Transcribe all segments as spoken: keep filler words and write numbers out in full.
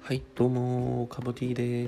はい、どうもカボティです。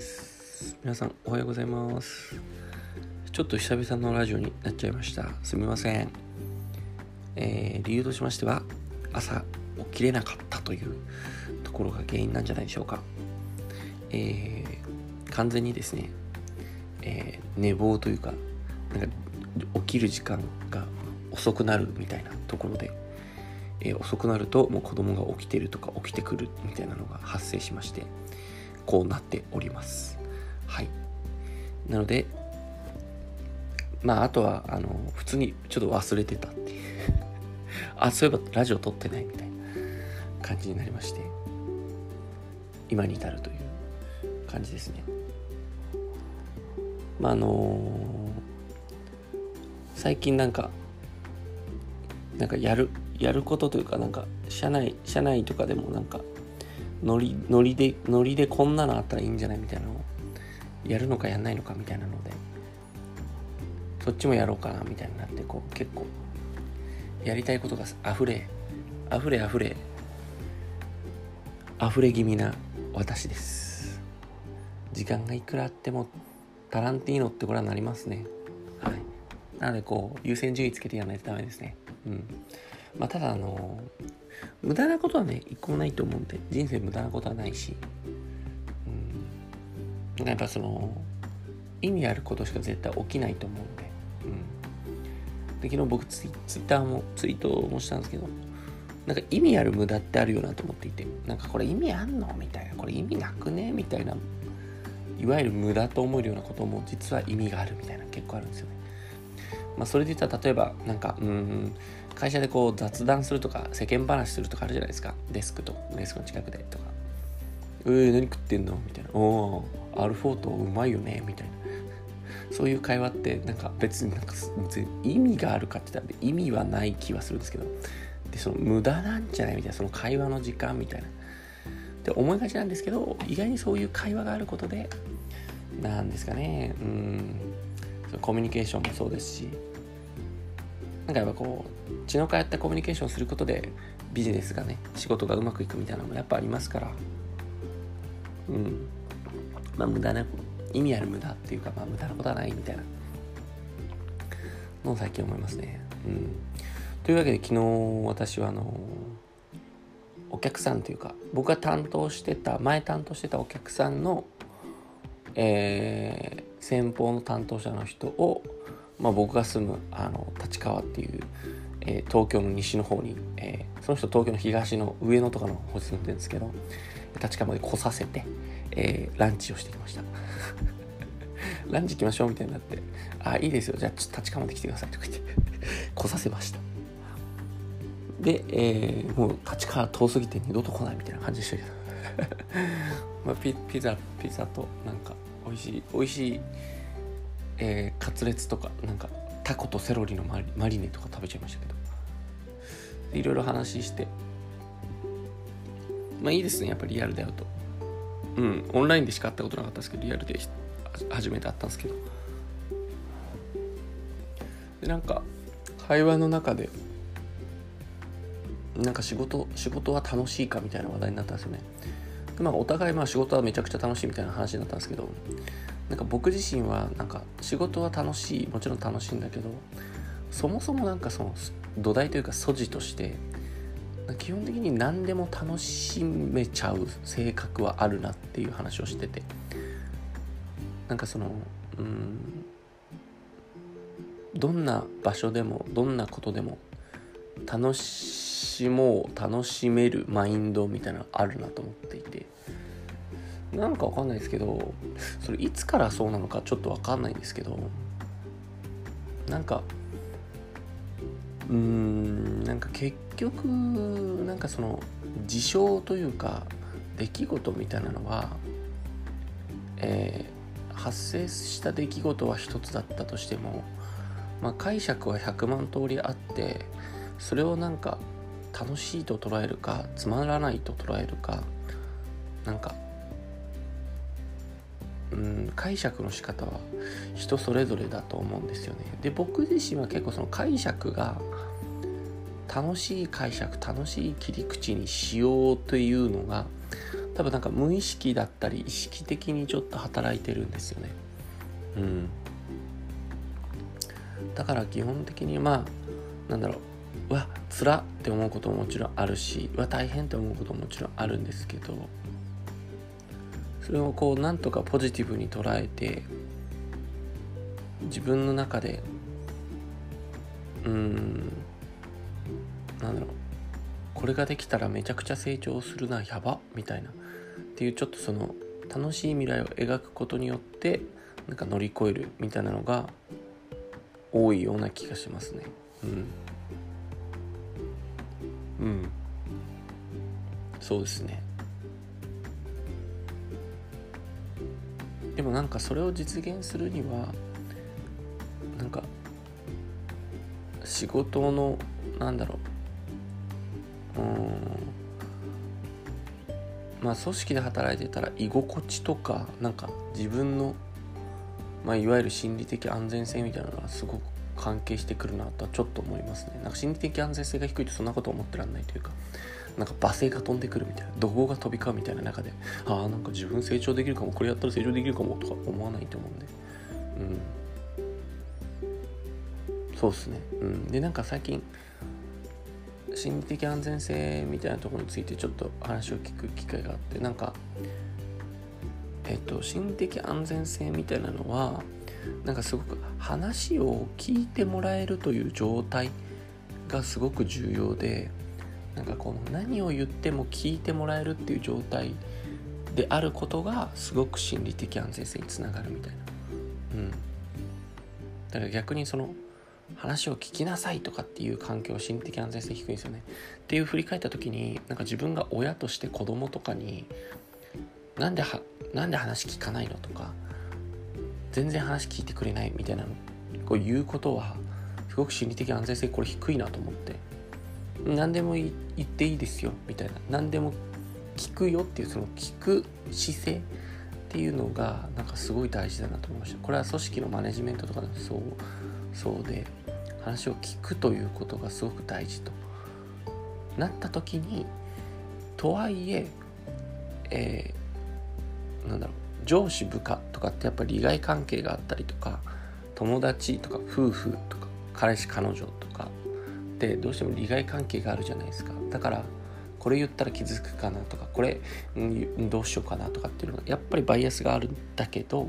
皆さんおはようございます。ちょっと久々のラジオになっちゃいました。すみません。えー、理由としましては朝起きれなかったというところが原因なんじゃないでしょうか。えー、完全にですね、えー、寝坊というか、なんか起きる時間が遅くなるみたいなところで、えー、遅くなるともう子供が起きてるとか起きてくるみたいなのが発生しまして、こうなっております。はい。なので、まああとはあの普通にちょっと忘れてたっていうあ、そういえばラジオ撮ってないみたいな感じになりまして、今に至るという感じですね。まああのー、最近なんかなんかやるやることというか、なんか社内社内とかでもなんかノリノリでノリでこんなのあったらいいんじゃないみたいなのをやるのかやんないのかみたいなので、そっちもやろうかなみたいになって、こう結構やりたいことが溢れ溢れ溢れ溢れ気味な私です。時間がいくらあってもタランティーノってこれはなりますね。はい。なのでこう優先順位つけてやらないとダメですね。うん。まあただあの無駄なことはね一個もないと思うんで、人生無駄なことはないし、うん、やっぱその意味あることしか絶対起きないと思うんで、うん、で昨日僕ツイ、ツイッターもツイートもしたんですけど、なんか意味ある無駄ってあるよなと思っていて、なんかこれ意味あんのみたいな、これ意味なくねみたいな、いわゆる無駄と思えるようなことも実は意味があるみたいな結構あるんですよね。まあそれで言ったら、例えばなんかうーん会社でこう雑談するとか世間話するとかあるじゃないですか。デスクとデスクの近くでとか、えー何食ってんのみたいな、おーアルフォートうまいよねみたいな、そういう会話ってなんか別になんか意味があるかって言ったら意味はない気はするんですけど、でその無駄なんじゃないみたいな、その会話の時間みたいなって思いがちなんですけど、意外にそういう会話があることでなんですかね、うーんコミュニケーションもそうですし、なんかやっぱこう血の通ったコミュニケーションをすることでビジネスがね、仕事がうまくいくみたいなのもやっぱありますから、うんまあ無駄な意味ある無駄っていうか、まあ無駄なことはないみたいなのを最近思いますね。うんというわけで昨日私はあのお客さんというか、僕が担当してた前担当してたお客さんの、えー、先方の担当者の人を、まあ、僕が住むあの立川っていう、えー、東京の西の方に、えー、その人東京の東の上野とかの方に住んでるんですけど、立川まで来させて、えー、ランチをしてきましたランチ行きましょうみたいになって、あいいですよ、じゃあちょっと立川まで来てくださいとか言って来させました。で、えー、もう立川遠すぎて二度と来ないみたいな感じでしたけどまあ、ピ, ピザピザとなんか美味しい美味しい、えー、カツレツとかなんかタコとセロリのマ リ, マリネとか食べちゃいましたけど、いろいろ話して、まあいいですね、やっぱりリアルで会うと。うんオンラインでしか会ったことなかったですけど、リアルで初めて会ったんですけど、でなんか会話の中でなんか仕事仕事は楽しいかみたいな話題になったんですよね。で、まあ、お互いまあ仕事はめちゃくちゃ楽しいみたいな話になったんですけど、なんか僕自身はなんか仕事は楽しい、もちろん楽しいんだけど、そもそもなんかその土台というか素地として基本的に何でも楽しめちゃう性格はあるなっていう話をしてて、なんかそのうーんどんな場所でもどんなことでも楽しもう楽しめるマインドみたいなのあるなと思っていて、なんかわかんないですけど、それいつからそうなのかちょっとわかんないんですけど、なんかうーんなんか結局なんかその事象というか出来事みたいなのは、えー、発生した出来事は一つだったとしても、まあ、解釈はひゃくまん通りあって、それをなんか楽しいと捉えるかつまらないと捉えるか、なんかうん解釈の仕方は人それぞれだと思うんですよね。で僕自身は結構その解釈が楽しい解釈楽しい切り口にしようというのが多多分なんか無意識だったり意識的にちょっと働いてるんですよね。うんだから基本的にまあなんだろううわつらって思うことももちろんあるし、うわ大変って思うことももちろんあるんですけど、それをこうなんとかポジティブに捉えて、自分の中でうーんなんだろうこれができたらめちゃくちゃ成長するな、やばみたいなっていうちょっとその楽しい未来を描くことによってなんか乗り越えるみたいなのが多いような気がしますね。うんうんそうですね。でもなんかそれを実現するにはなんか仕事のなんだろううーんまあ組織で働いてたら居心地とかなんか自分のまあいわゆる心理的安全性みたいなのがすごく関係してくるなとはちょっと思いますね。なんか心理的安全性が低いとそんなこと思ってらんないというか、なんか罵声が飛んでくるみたいな、怒号が飛び交うみたいな中で、ああなんか自分成長できるかも、これやったら成長できるかもとか思わないと思うんで、うんそうですね。うんでなんか最近心理的安全性みたいなところについてちょっと話を聞く機会があって、なんかえっと心理的安全性みたいなのはなんかすごく話を聞いてもらえるという状態がすごく重要で、なんかこの何を言っても聞いてもらえるっていう状態であることがすごく心理的安全性につながるみたいな。うんだから逆にその話を聞きなさいとかっていう環境は心理的安全性低いんですよね。っていう振り返った時になんか自分が親として子供とかになんではなんで話聞かないのとか全然話聞いてくれないみたいなのこう言うことはすごく心理的安全性これ低いなと思って、何でも言っていいですよみたいな、何でも聞くよっていうその聞く姿勢っていうのがなんかすごい大事だなと思いました。これは組織のマネジメントとかでもそうそうで話を聞くということがすごく大事となった時に、とはいええー、なんだろう上司部下とかってやっぱり利害関係があったりとか、友達とか夫婦とか彼氏彼女とかでどうしても利害関係があるじゃないですか。だからこれ言ったら気づくかなとか、これ、うん、どうしようかなとかっていうのがやっぱりバイアスがあるんだけど、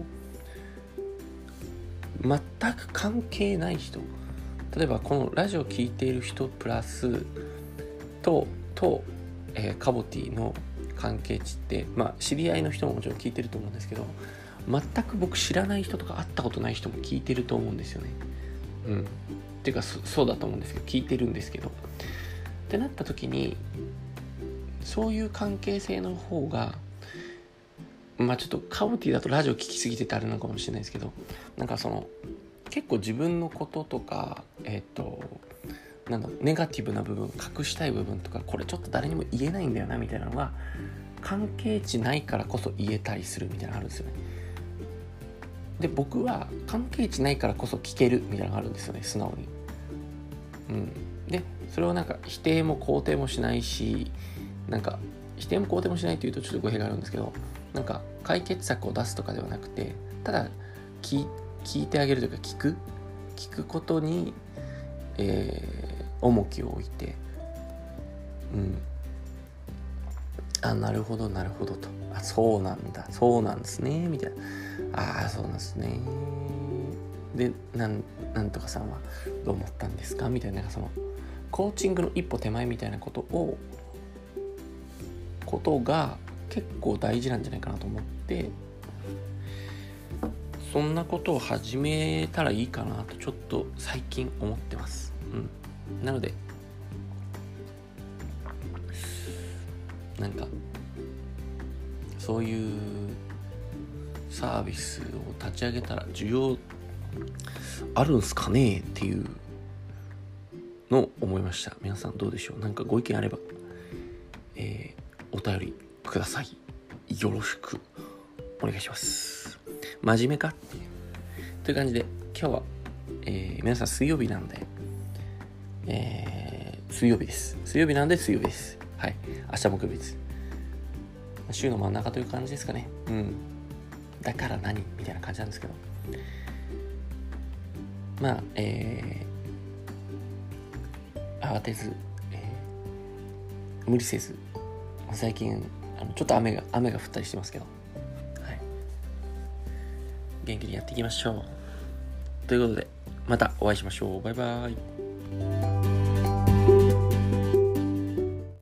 全く関係ない人、例えばこのラジオを聞いている人プラスとと、えー、カボティの関係値って、まあ知り合いの人ももちろん聞いてると思うんですけど、全く僕知らない人とか会ったことない人も聞いてると思うんですよね。うんっていうか そ, そうだと思うんですけど聞いてるんですけどってなった時に、そういう関係性の方がまあちょっとカボティだとラジオ聞きすぎててあれなのかもしれないですけど、なんかその結構自分のこととかえっとなんだネガティブな部分、隠したい部分とか、これちょっと誰にも言えないんだよなみたいなのが関係値ないからこそ言えたりするみたいなのがあるんですよね。で僕は関係値ないからこそ聞けるみたいなのがあるんですよね、素直に。うんでそれをなんか否定も肯定もしないし、なんか否定も肯定もしないというとちょっと語弊があるんですけど、なんか解決策を出すとかではなくて、ただ 聞, 聞いてあげるというか聞く聞くことに、えー、重きを置いて、うんあなるほどなるほどと、あそうなんだそうなんですねみたいな、あそうなんですねでなん、なんとかさんはどう思ったんですかみたいな、なんかそのコーチングの一歩手前みたいなことをことが結構大事なんじゃないかなと思って、そんなことを始めたらいいかなとちょっと最近思ってます。うん、なのでなんかそういうサービスを立ち上げたら需要あるんすかねっていうのを思いました。皆さんどうでしょう。なんかご意見あれば、えー、お便りください。よろしくお願いします。真面目かっていうという感じで、今日は、えー、皆さん水曜日なんで、えー、水曜日です。水曜日なんで水曜日です。はい。明日木曜日です。 週の真ん中という感じですかね。うん。だから何みたいな感じなんですけど。まあ、えー、慌てず、えー、無理せず、最近、あのちょっと雨が、雨が降ったりしてますけど、はい。元気にやっていきましょう。ということで、またお会いしましょう。バイバイ。